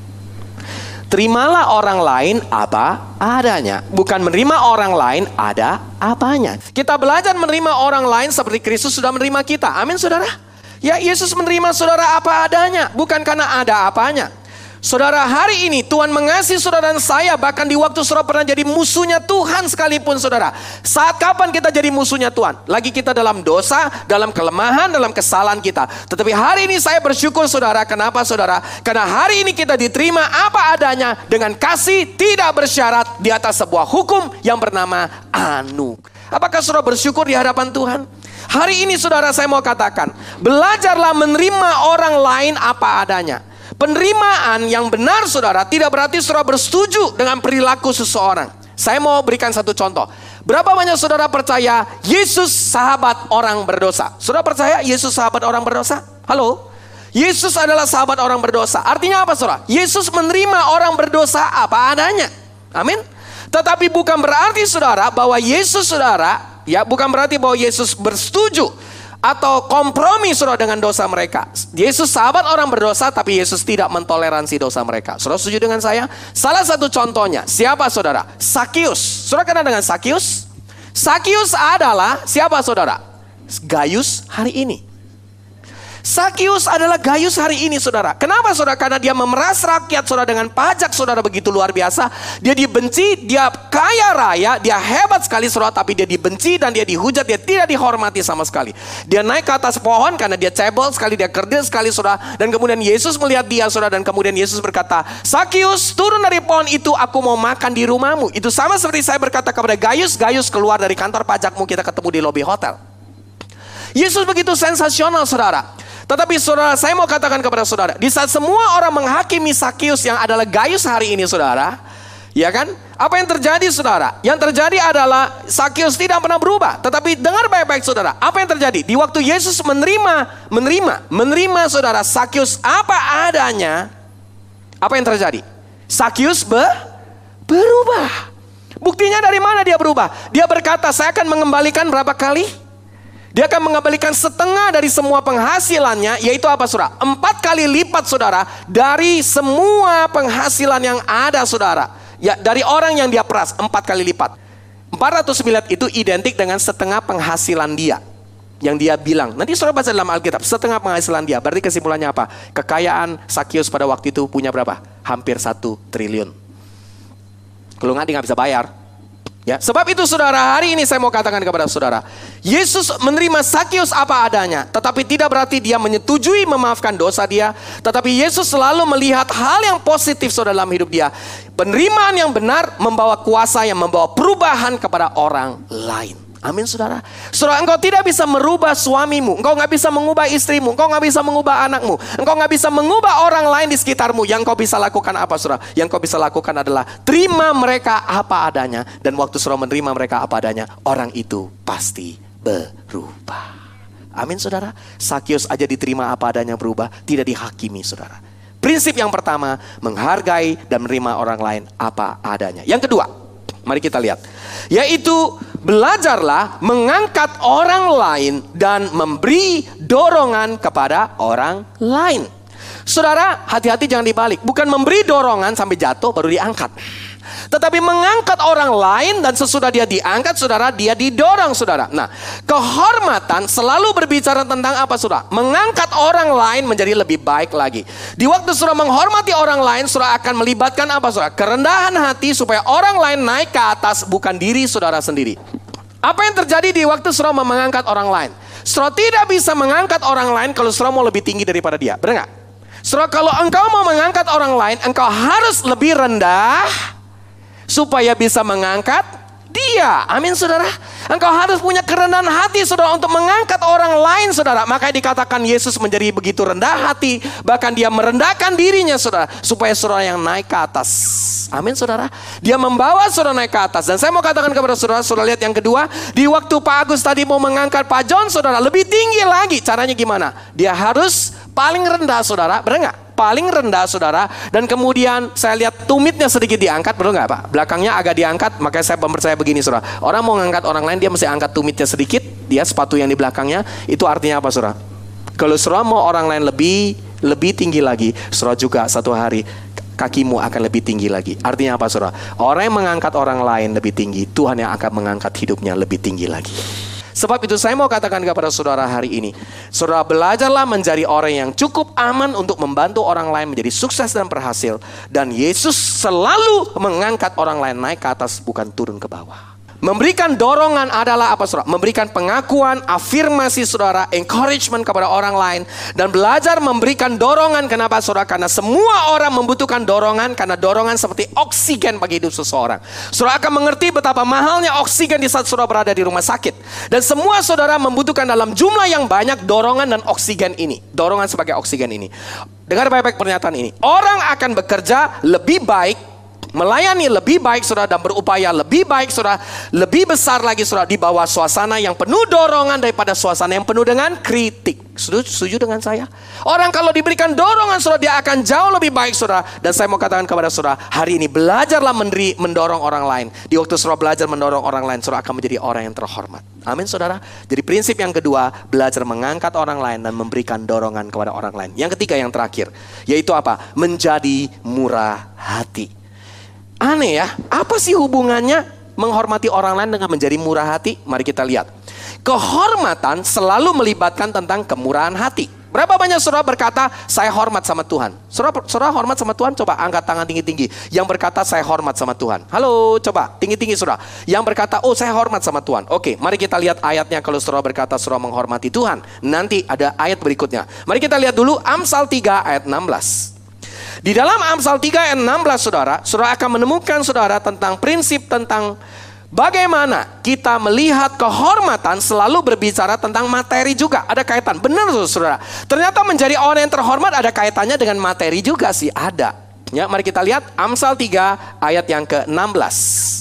Terimalah orang lain apa adanya. Bukan menerima orang lain ada apanya. Kita belajar menerima orang lain seperti Kristus sudah menerima kita. Amin saudara. Ya, Yesus menerima saudara apa adanya, bukan karena ada apanya. Saudara, hari ini Tuhan mengasihi saudara dan saya, bahkan di waktu saudara pernah jadi musuhnya Tuhan sekalipun saudara. Saat kapan kita jadi musuhnya Tuhan? Lagi kita dalam dosa, dalam kelemahan, dalam kesalahan kita. Tetapi hari ini saya bersyukur saudara. Kenapa saudara? Karena hari ini kita diterima apa adanya dengan kasih tidak bersyarat di atas sebuah hukum yang bernama anugerah. Apakah saudara bersyukur di hadapan Tuhan? Hari ini saudara saya mau katakan, belajarlah menerima orang lain apa adanya. Penerimaan yang benar saudara tidak berarti saudara bersetuju dengan perilaku seseorang. Saya mau berikan satu contoh. Berapa banyak saudara percaya Yesus sahabat orang berdosa? Saudara percaya Yesus sahabat orang berdosa? Halo? Yesus adalah sahabat orang berdosa. Artinya apa saudara? Yesus menerima orang berdosa apa adanya. Amin. Tetapi bukan berarti saudara bahwa Yesus saudara, ya bukan berarti bahwa Yesus bersetuju atau kompromi saudara dengan dosa mereka. Yesus sahabat orang berdosa, tapi Yesus tidak mentoleransi dosa mereka. Saudara setuju dengan saya? Salah satu contohnya, siapa saudara? Sakius. Saudara kenal dengan Sakius? Sakius adalah siapa saudara? Gayus hari ini. Sakius adalah Gayus hari ini saudara. Kenapa saudara? Karena dia memeras rakyat saudara dengan pajak saudara begitu luar biasa. Dia dibenci, dia kaya raya, dia hebat sekali saudara, tapi dia dibenci dan dia dihujat, dia tidak dihormati sama sekali. Dia naik ke atas pohon karena dia cebol sekali, dia kerdil sekali saudara. Dan kemudian Yesus melihat dia saudara, dan kemudian Yesus berkata, Sakius, turun dari pohon itu, aku mau makan di rumahmu. Itu sama seperti saya berkata kepada Gayus, Gayus keluar dari kantor pajakmu, kita ketemu di lobi hotel. Yesus begitu sensasional saudara. Tetapi saudara, saya mau katakan kepada saudara, di saat semua orang menghakimi Sakius yang adalah Gayus hari ini saudara, ya kan? Apa yang terjadi saudara? Yang terjadi adalah Sakius tidak pernah berubah. Tetapi dengar baik-baik saudara, apa yang terjadi? Di waktu Yesus menerima saudara Sakius apa adanya, apa yang terjadi? Sakius berubah. Buktinya dari mana dia berubah? Dia berkata, saya akan mengembalikan berapa kali? Dia akan mengembalikan setengah dari semua penghasilannya, yaitu apa saudara? 4 kali lipat saudara, dari semua penghasilan yang ada saudara. Ya, dari orang yang dia peras, 4 kali lipat. 400 miliar itu identik dengan setengah penghasilan dia. Yang dia bilang, nanti saudara baca dalam Alkitab, setengah penghasilan dia. Berarti kesimpulannya apa? Kekayaan Sakius pada waktu itu punya berapa? Hampir 1 triliun. Kalau nggak, dia nggak bisa bayar. Ya, sebab itu saudara, hari ini saya mau katakan kepada saudara, Yesus menerima Sakius apa adanya, tetapi tidak berarti dia menyetujui memaafkan dosa dia. Tetapi Yesus selalu melihat hal yang positif saudara dalam hidup dia. Penerimaan yang benar membawa kuasa yang membawa perubahan kepada orang lain. Amin saudara. Saudara, engkau tidak bisa merubah suamimu, engkau nggak bisa mengubah istrimu, engkau nggak bisa mengubah anakmu, engkau nggak bisa mengubah orang lain di sekitarmu. Yang kau bisa lakukan apa saudara? Yang kau bisa lakukan adalah terima mereka apa adanya. Dan waktu saudara menerima mereka apa adanya, orang itu pasti berubah. Amin saudara. Sakius aja diterima apa adanya berubah, tidak dihakimi saudara. Prinsip yang pertama, menghargai dan menerima orang lain apa adanya. Yang kedua, mari kita lihat, yaitu belajarlah mengangkat orang lain dan memberi dorongan kepada orang lain. Saudara, hati-hati jangan dibalik. Bukan memberi dorongan sampai jatuh baru diangkat. Tetapi mengangkat orang lain dan sesudah dia diangkat, saudara, dia didorong, saudara. Nah, kehormatan selalu berbicara tentang apa, saudara? Mengangkat orang lain menjadi lebih baik lagi. Di waktu saudara menghormati orang lain, saudara akan melibatkan apa, saudara? Kerendahan hati supaya orang lain naik ke atas, bukan diri saudara sendiri. Apa yang terjadi di waktu saudara mengangkat orang lain? Saudara tidak bisa mengangkat orang lain kalau saudara mau lebih tinggi daripada dia. Benar nggak? Saudara, kalau engkau mau mengangkat orang lain, engkau harus lebih rendah supaya bisa mengangkat dia. Amin saudara. Engkau harus punya kerendahan hati saudara untuk mengangkat orang lain saudara. Makanya dikatakan Yesus menjadi begitu rendah hati. Bahkan dia merendahkan dirinya saudara, supaya saudara yang naik ke atas. Amin saudara. Dia membawa saudara naik ke atas. Dan saya mau katakan kepada saudara, saudara lihat yang kedua. Di waktu Pak Agus tadi mau mengangkat Pak John saudara, lebih tinggi lagi. Caranya gimana? Dia harus paling rendah saudara. Benar nggak? Paling rendah saudara. Dan kemudian saya lihat tumitnya sedikit diangkat. Betul nggak Pak? Belakangnya agak diangkat. Makanya saya mempercaya begini saudara, orang mau mengangkat orang lain, dia mesti angkat tumitnya sedikit. Dia sepatu yang di belakangnya. Itu artinya apa saudara? Kalau saudara mau orang lain lebih tinggi lagi, saudara juga satu hari kakimu akan lebih tinggi lagi. Artinya apa saudara? Orang yang mengangkat orang lain lebih tinggi, Tuhan yang akan mengangkat hidupnya lebih tinggi lagi. Sebab itu saya mau katakan kepada saudara hari ini, saudara belajarlah menjadi orang yang cukup aman untuk membantu orang lain menjadi sukses dan berhasil. Dan Yesus selalu mengangkat orang lain naik ke atas, bukan turun ke bawah. Memberikan dorongan adalah apa saudara? Memberikan pengakuan, afirmasi saudara, encouragement kepada orang lain. Dan belajar memberikan dorongan. Kenapa saudara? Karena semua orang membutuhkan dorongan. Karena dorongan seperti oksigen bagi hidup seseorang. Saudara akan mengerti betapa mahalnya oksigen di saat saudara berada di rumah sakit. Dan semua saudara membutuhkan dalam jumlah yang banyak dorongan dan oksigen ini. Dorongan sebagai oksigen ini. Dengar baik-baik pernyataan ini. Orang akan bekerja lebih baik, melayani lebih baik saudara, dan berupaya lebih baik saudara, lebih besar lagi saudara, di bawah suasana yang penuh dorongan daripada suasana yang penuh dengan kritik. Setuju dengan saya? Orang kalau diberikan dorongan saudara, dia akan jauh lebih baik saudara. Dan saya mau katakan kepada saudara, hari ini belajarlah mendorong orang lain. Di waktu saudara belajar mendorong orang lain, saudara akan menjadi orang yang terhormat. Amin saudara. Jadi prinsip yang kedua, belajar mengangkat orang lain dan memberikan dorongan kepada orang lain. Yang ketiga, yang terakhir, yaitu apa? Menjadi murah hati. Aneh ya, apa sih hubungannya menghormati orang lain dengan menjadi murah hati? Mari kita lihat. Kehormatan selalu melibatkan tentang kemurahan hati. Berapa banyak saudara berkata, saya hormat sama Tuhan? Saudara hormat sama Tuhan? Coba angkat tangan tinggi-tinggi. Yang berkata, saya hormat sama Tuhan. Halo, coba tinggi-tinggi saudara. Yang berkata, oh saya hormat sama Tuhan. Oke, mari kita lihat ayatnya kalau saudara berkata saudara menghormati Tuhan. Nanti ada ayat berikutnya. Mari kita lihat dulu Amsal 3 ayat 16. Di dalam Amsal 3 ayat 16 saudara akan menemukan saudara tentang prinsip tentang bagaimana kita melihat kehormatan selalu berbicara tentang materi juga. Ada kaitan, benar saudara. Ternyata menjadi orang yang terhormat ada kaitannya dengan materi juga sih, ada. Ya, mari kita lihat Amsal 3 ayat yang ke-16.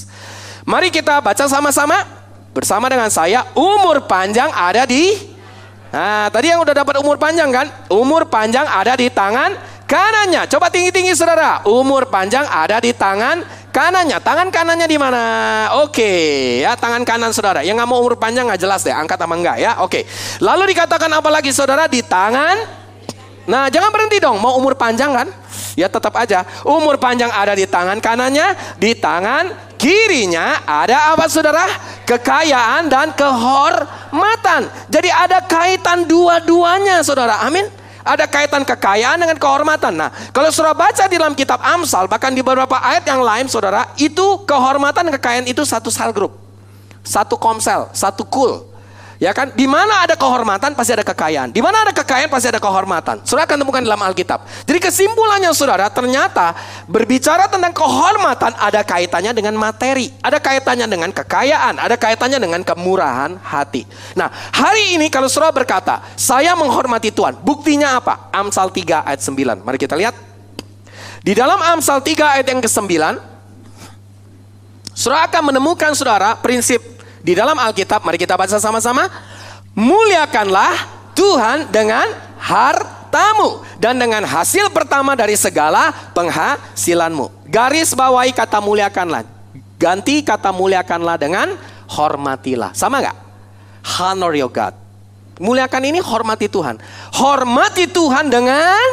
Mari kita baca sama-sama bersama dengan saya. Umur panjang ada di... Nah, tadi yang udah dapat umur panjang kan? Umur panjang ada di tangan kanannya. Coba tinggi-tinggi saudara. Umur panjang ada di tangan kanannya. Tangan kanannya di mana? Oke, ya tangan kanan saudara. Yang nggak mau umur panjang nggak jelas deh, angkat apa enggak ya? Oke. Lalu dikatakan apa lagi saudara? Di tangan. Nah, jangan berhenti dong. Mau umur panjang kan? Ya tetap aja. Umur panjang ada di tangan kanannya, di tangan kirinya ada apa saudara? Kekayaan dan kehormatan. Jadi ada kaitan dua-duanya saudara. Amin. Ada kaitan kekayaan dengan kehormatan. Nah, kalau saudara baca di dalam kitab Amsal, bahkan di beberapa ayat yang lain saudara, itu kehormatan dan kekayaan itu satu sel grup. Satu komsel, satu kul. Ya kan, di mana ada kehormatan pasti ada kekayaan. Di mana ada kekayaan pasti ada kehormatan. Saudara akan temukan dalam Alkitab. Jadi kesimpulannya saudara, ternyata berbicara tentang kehormatan ada kaitannya dengan materi, ada kaitannya dengan kekayaan, ada kaitannya dengan kemurahan hati. Nah, hari ini kalau saudara berkata, saya menghormati Tuhan, buktinya apa? Amsal 3 ayat 9. Mari kita lihat. Di dalam Amsal 3 ayat yang ke-9, saudara akan menemukan saudara prinsip di dalam Alkitab. Mari kita baca sama-sama. Muliakanlah Tuhan dengan hartamu dan dengan hasil pertama dari segala penghasilanmu. Garis bawahi kata muliakanlah. Ganti kata muliakanlah dengan hormatilah. Sama gak? Honor your God. Muliakan ini hormati Tuhan. Hormati Tuhan dengan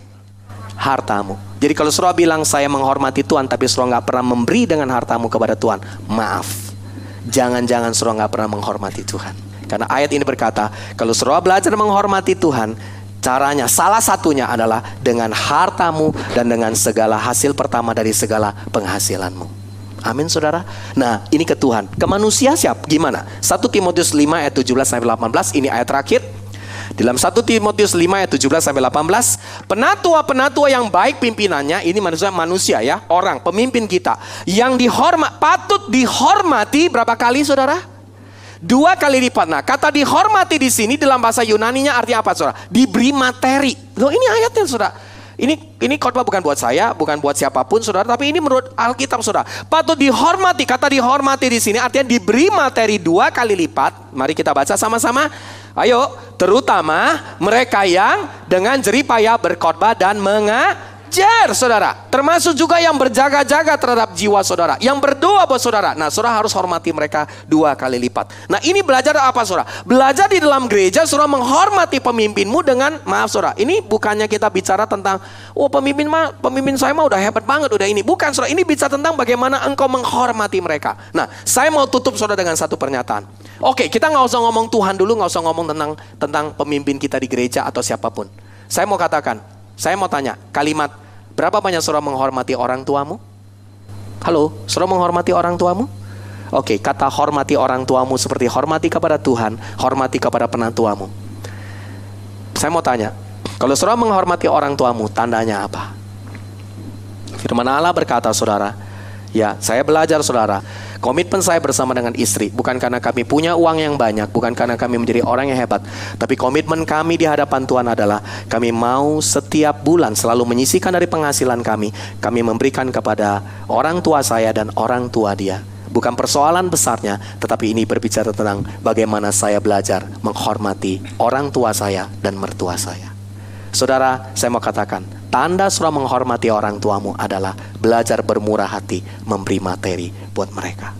hartamu. Jadi kalau saudara bilang saya menghormati Tuhan tapi saudara gak pernah memberi dengan hartamu kepada Tuhan, maaf. Jangan-jangan saudara nggak pernah menghormati Tuhan. Karena ayat ini berkata, kalau saudara belajar menghormati Tuhan, caranya salah satunya adalah dengan hartamu dan dengan segala hasil pertama dari segala penghasilanmu. Amin saudara. Nah ini ke Tuhan. Ke manusia siap? Gimana? 1 Timotius 5 ayat 17-18, ini ayat terakhir. Dalam 1 Timotius 5 ayat 17-18, penatua-penatua yang baik pimpinannya, ini manusia ya, orang, pemimpin kita, yang patut dihormati berapa kali saudara? 2 kali lipat. Nah, kata dihormati di sini dalam bahasa Yunaninya artinya apa saudara? Diberi materi. Loh ini ayatnya saudara. Ini khotbah bukan buat saya, bukan buat siapapun saudara, tapi ini menurut Alkitab saudara. Patut dihormati, kata dihormati di sini artinya diberi materi 2 kali lipat. Mari kita baca sama-sama. Ayo, terutama mereka yang dengan jeripayah berkhotbah dan mengajar saudara. Termasuk juga yang berjaga-jaga terhadap jiwa saudara, yang berdoa buat saudara. Nah saudara harus hormati mereka 2 kali lipat. Nah ini belajar apa saudara? Belajar di dalam gereja saudara menghormati pemimpinmu dengan, maaf saudara, ini bukannya kita bicara tentang pemimpin saya mah udah hebat banget, udah ini. Bukan saudara, ini bicara tentang bagaimana engkau menghormati mereka. Nah saya mau tutup saudara dengan satu pernyataan. Oke, kita nggak usah ngomong Tuhan dulu, nggak usah ngomong tentang pemimpin kita di gereja atau siapapun. Saya mau katakan, saya mau tanya kalimat, berapa banyak saudara menghormati orang tuamu? Halo, saudara menghormati orang tuamu? Oke, kata hormati orang tuamu seperti hormati kepada Tuhan, hormati kepada penatuamu. Saya mau tanya, kalau saudara menghormati orang tuamu, tandanya apa? Firman Allah berkata saudara, ya saya belajar saudara, komitmen saya bersama dengan istri bukan karena kami punya uang yang banyak, bukan karena kami menjadi orang yang hebat, tapi komitmen kami di hadapan Tuhan adalah kami mau setiap bulan selalu menyisihkan dari penghasilan kami memberikan kepada orang tua saya dan orang tua dia. Bukan persoalan besarnya, tetapi ini berbicara tentang bagaimana saya belajar menghormati orang tua saya dan mertua saya. Saudara, saya mau katakan, tanda saudara menghormati orang tuamu adalah belajar bermurah hati, memberi materi buat mereka.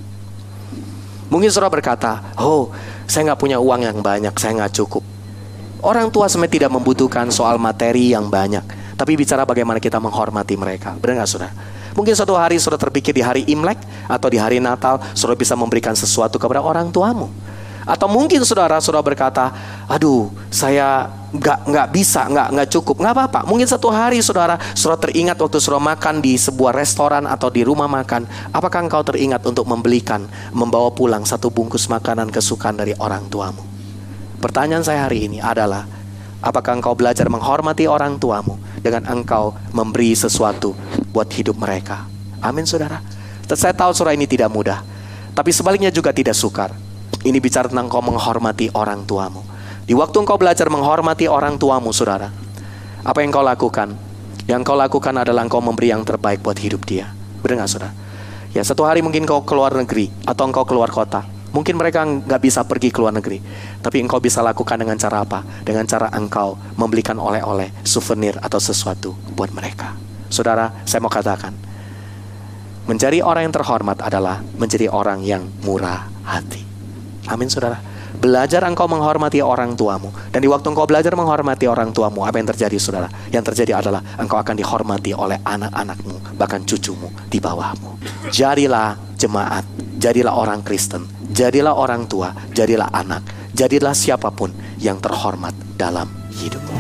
Mungkin saudara berkata, oh saya gak punya uang yang banyak, saya gak cukup. Orang tua sebenarnya tidak membutuhkan soal materi yang banyak, tapi bicara bagaimana kita menghormati mereka. Benar gak saudara? Mungkin suatu hari saudara terpikir di hari Imlek atau di hari Natal, saudara bisa memberikan sesuatu kepada orang tuamu. Atau mungkin saudara berkata, aduh saya nggak bisa, nggak cukup, nggak apa-apa. Mungkin satu hari saudara teringat waktu saudara makan di sebuah restoran atau di rumah makan, apakah engkau teringat untuk membawa pulang satu bungkus makanan kesukaan dari orang tuamu? Pertanyaan saya hari ini adalah, apakah engkau belajar menghormati orang tuamu dengan engkau memberi sesuatu buat hidup mereka? Amin saudara. Saya tahu saudara ini tidak mudah, tapi sebaliknya juga tidak sukar. Ini bicara tentang engkau menghormati orang tuamu. Di waktu engkau belajar menghormati orang tuamu saudara, apa yang engkau lakukan? Yang engkau lakukan adalah engkau memberi yang terbaik buat hidup dia. Benar gak saudara? Ya satu hari mungkin engkau keluar negeri atau engkau keluar kota. Mungkin mereka gak bisa pergi ke luar negeri, tapi engkau bisa lakukan dengan cara apa? Dengan cara engkau membelikan oleh-oleh, souvenir atau sesuatu buat mereka. Saudara, saya mau katakan, Menjadi orang yang terhormat adalah menjadi orang yang murah hati. Amin saudara. Belajar engkau menghormati orang tuamu. Dan di waktu engkau belajar menghormati orang tuamu, apa yang terjadi saudara? Yang terjadi adalah engkau akan dihormati oleh anak-anakmu, bahkan cucumu di bawahmu. Jadilah jemaat, jadilah orang Kristen, jadilah orang tua, jadilah anak, jadilah siapapun yang terhormat dalam hidupmu.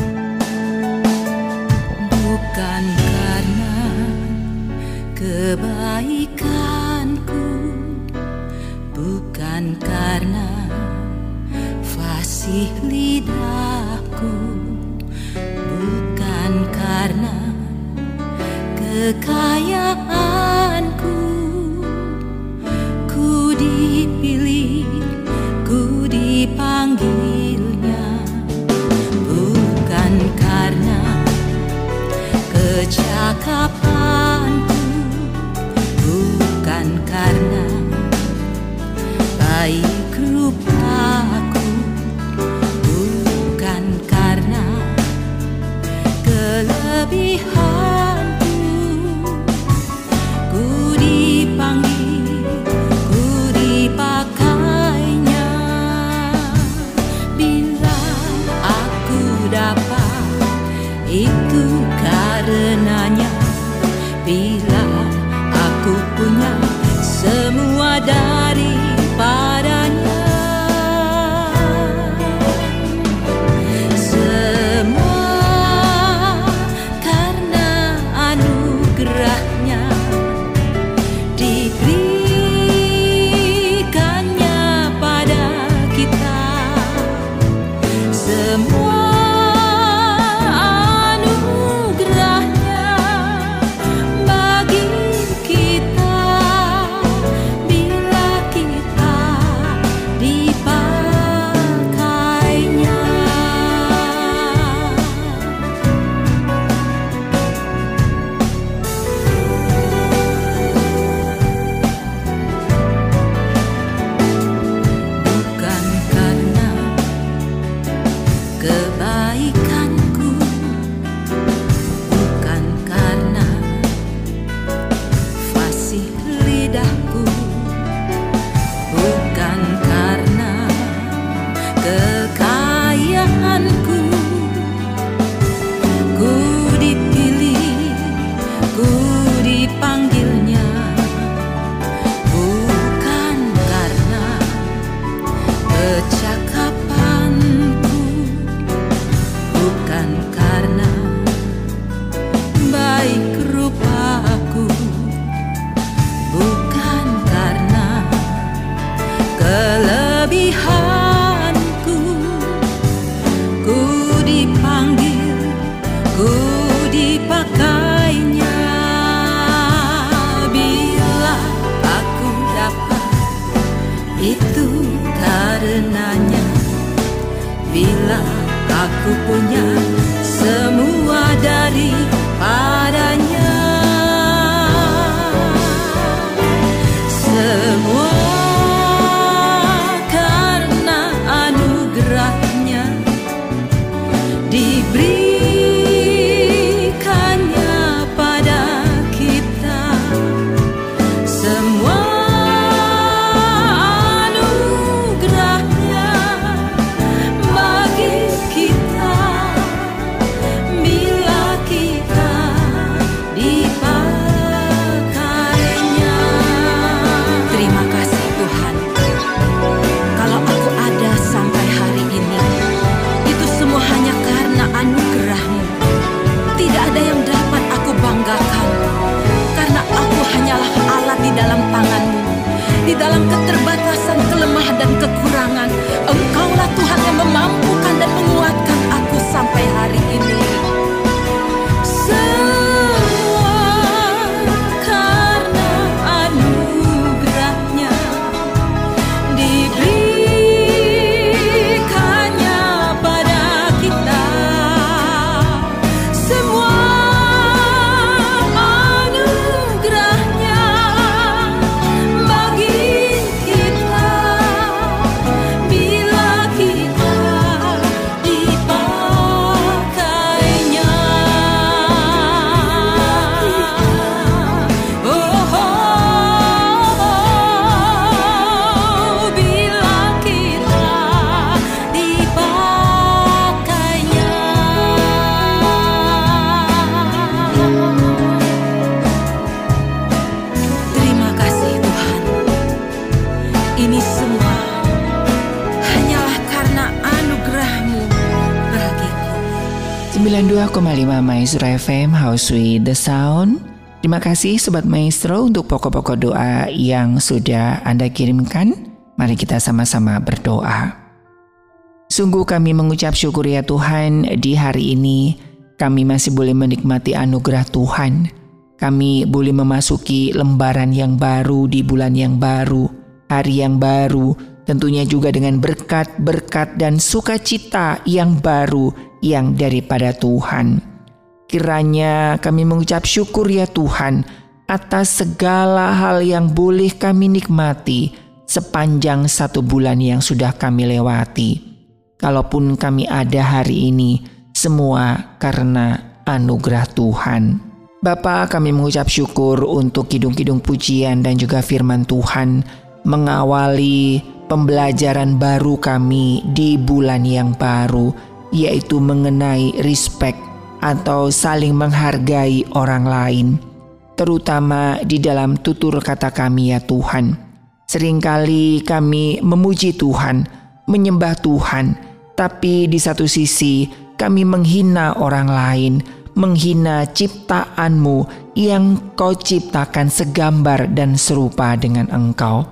Bukan karena kebaikanku, bukan karena fasih lidahku, bukan karena kekayaanku, ku dipilih, ku dipanggilnya, bukan karena kecakapanku, bukan karena baik rupaku, bukan karena kelebihanku, ku dipanggil, ku dipakainya. Bila aku dapat, itu karenanya. Bila aku punya semua daripadanya, semua karena anugerahnya, diberikannya pada kita. Semua anugerahnya bagi kita, bila kita dipakainya. Bukan karena kebaikanku, bukan karena fasih lidahku, bukan karena kekayaanku, ku dipilih, ku dipanggilnya, bukan karena kecakapanku, bukan karena baik rupaku, bukan karena kelebihanku, ku dipanggil, ku dipakainya. Bila aku dapat, itu karenanya. Bila aku punya semua daripadanya, semua karena anugerahnya, diberikannya pada kita. Semua anugerahnya bagi kita, bila kita 92,5 Maestro FM House with the Sound. Terima kasih Sobat Maestro untuk pokok-pokok doa yang sudah Anda kirimkan. Mari kita sama-sama berdoa. Sungguh kami mengucap syukur ya Tuhan, di hari ini kami masih boleh menikmati anugerah Tuhan. Kami boleh memasuki lembaran yang baru di bulan yang baru, hari yang baru, tentunya juga dengan berkat-berkat dan sukacita yang baru yang daripada Tuhan. Kiranya kami mengucap syukur ya Tuhan atas segala hal yang boleh kami nikmati sepanjang 1 bulan yang sudah kami lewati. Kalaupun kami ada hari ini, semua karena anugerah Tuhan. Bapa, kami mengucap syukur untuk kidung-kidung pujian dan juga firman Tuhan mengawali pembelajaran baru kami di bulan yang baru, yaitu mengenai respect atau saling menghargai orang lain, terutama di dalam tutur kata kami ya Tuhan. Seringkali kami memuji Tuhan, menyembah Tuhan, tapi di satu sisi kami menghina orang lain, menghina ciptaan-Mu yang Kau ciptakan segambar dan serupa dengan Engkau.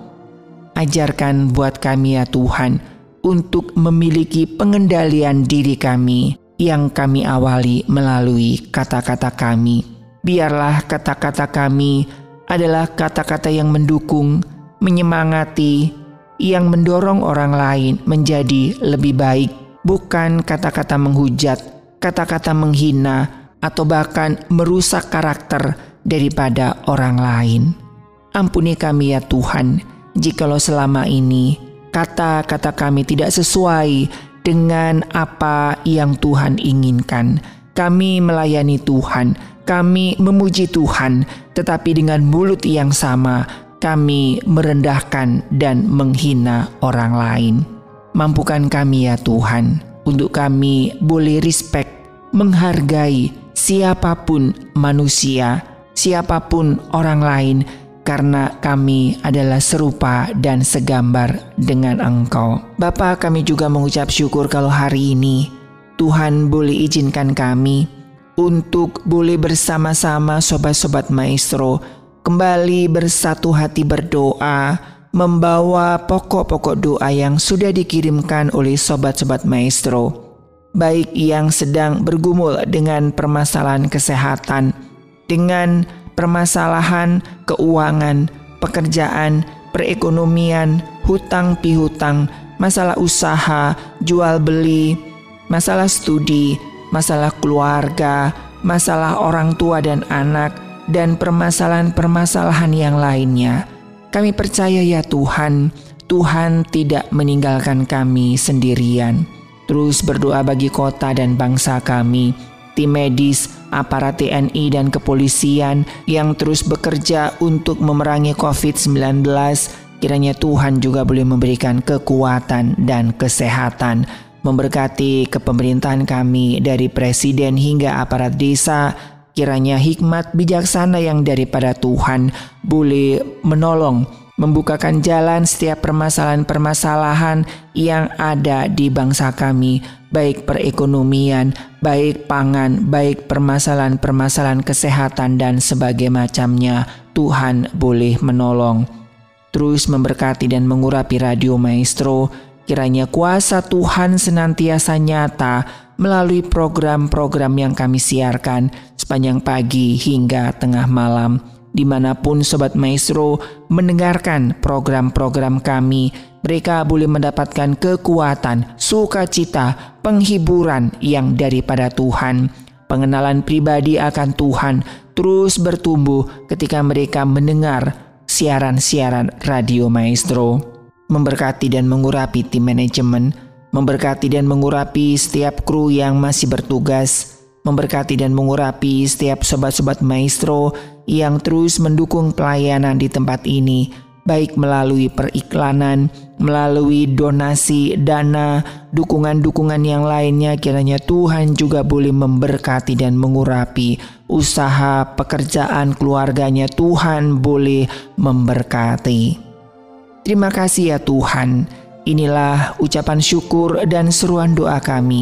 Ajarkan buat kami ya Tuhan untuk memiliki pengendalian diri kami yang kami awali melalui kata-kata kami. Biarlah kata-kata kami adalah kata-kata yang mendukung, menyemangati, yang mendorong orang lain menjadi lebih baik, bukan kata-kata menghujat, kata-kata menghina, atau bahkan merusak karakter daripada orang lain. Ampuni kami ya Tuhan, jikalau selama ini kata-kata kami tidak sesuai dengan apa yang Tuhan inginkan. Kami melayani Tuhan, kami memuji Tuhan, tetapi dengan mulut yang sama kami merendahkan dan menghina orang lain. Mampukan kami ya Tuhan, untuk kami boleh respect, menghargai siapapun manusia, siapapun orang lain, karena kami adalah serupa dan segambar dengan Engkau. Bapa, kami juga mengucap syukur kalau hari ini Tuhan boleh izinkan kami untuk boleh bersama-sama sobat-sobat Maestro kembali bersatu hati berdoa, membawa pokok-pokok doa yang sudah dikirimkan oleh sobat-sobat Maestro, baik yang sedang bergumul dengan permasalahan kesehatan, dengan permasalahan keuangan, pekerjaan, perekonomian, hutang pihutang, masalah usaha, jual beli, masalah studi, masalah keluarga, masalah orang tua dan anak, dan permasalahan-permasalahan yang lainnya. Kami percaya ya Tuhan, Tuhan tidak meninggalkan kami sendirian. Terus berdoa bagi kota dan bangsa kami, tim medis, aparat TNI dan kepolisian yang terus bekerja untuk memerangi COVID-19. Kiranya Tuhan juga boleh memberikan kekuatan dan kesehatan, memberkati kepemerintahan kami dari presiden hingga aparat desa. Kiranya hikmat bijaksana yang daripada Tuhan boleh menolong, membukakan jalan setiap permasalahan-permasalahan yang ada di bangsa kami, baik perekonomian, baik pangan, baik permasalahan-permasalahan kesehatan dan sebagainya macamnya. Tuhan boleh menolong. Terus memberkati dan mengurapi Radio Maestro. Kiranya kuasa Tuhan senantiasa nyata melalui program-program yang kami siarkan sepanjang pagi hingga tengah malam. Dimanapun Sobat Maestro mendengarkan program-program kami, mereka boleh mendapatkan kekuatan, sukacita, penghiburan yang daripada Tuhan. Pengenalan pribadi akan Tuhan terus bertumbuh ketika mereka mendengar siaran-siaran Radio Maestro. Memberkati dan mengurapi tim manajemen, memberkati dan mengurapi setiap kru yang masih bertugas, memberkati dan mengurapi setiap sobat-sobat Maestro yang terus mendukung pelayanan di tempat ini, baik melalui periklanan, melalui donasi, dana, dukungan-dukungan yang lainnya. Kiranya Tuhan juga boleh memberkati dan mengurapi usaha pekerjaan keluarganya. Tuhan boleh memberkati. Terima kasih ya Tuhan. Inilah ucapan syukur dan seruan doa kami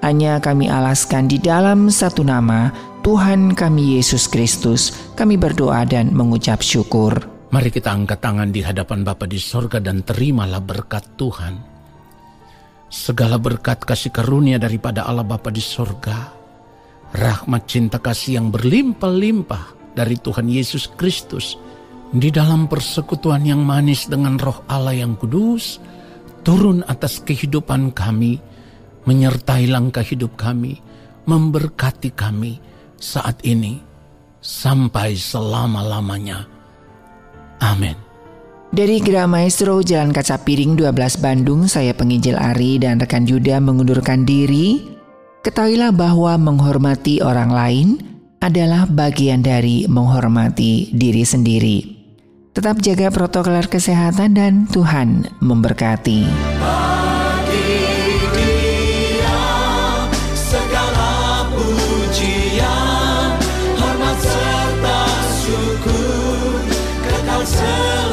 hanya kami alaskan di dalam satu nama, Tuhan kami Yesus Kristus. Kami berdoa dan mengucap syukur. Mari kita angkat tangan di hadapan Bapa di sorga dan terimalah berkat Tuhan. Segala berkat kasih karunia daripada Allah Bapa di sorga, rahmat cinta kasih yang berlimpah-limpah dari Tuhan Yesus Kristus, di dalam persekutuan yang manis dengan Roh Allah yang kudus, turun atas kehidupan kami, menyertai langkah hidup kami, memberkati kami saat ini, sampai selama-lamanya. Amin. Dari Gereja Maestro Jalan Kaca Piring 12 Bandung, saya penginjil Ari dan rekan Yuda mengundurkan diri. Ketahuilah bahwa menghormati orang lain adalah bagian dari menghormati diri sendiri. Tetap jaga protokol kesehatan dan Tuhan memberkati. Bagi Dia segala pujian, hormat serta syukur kekal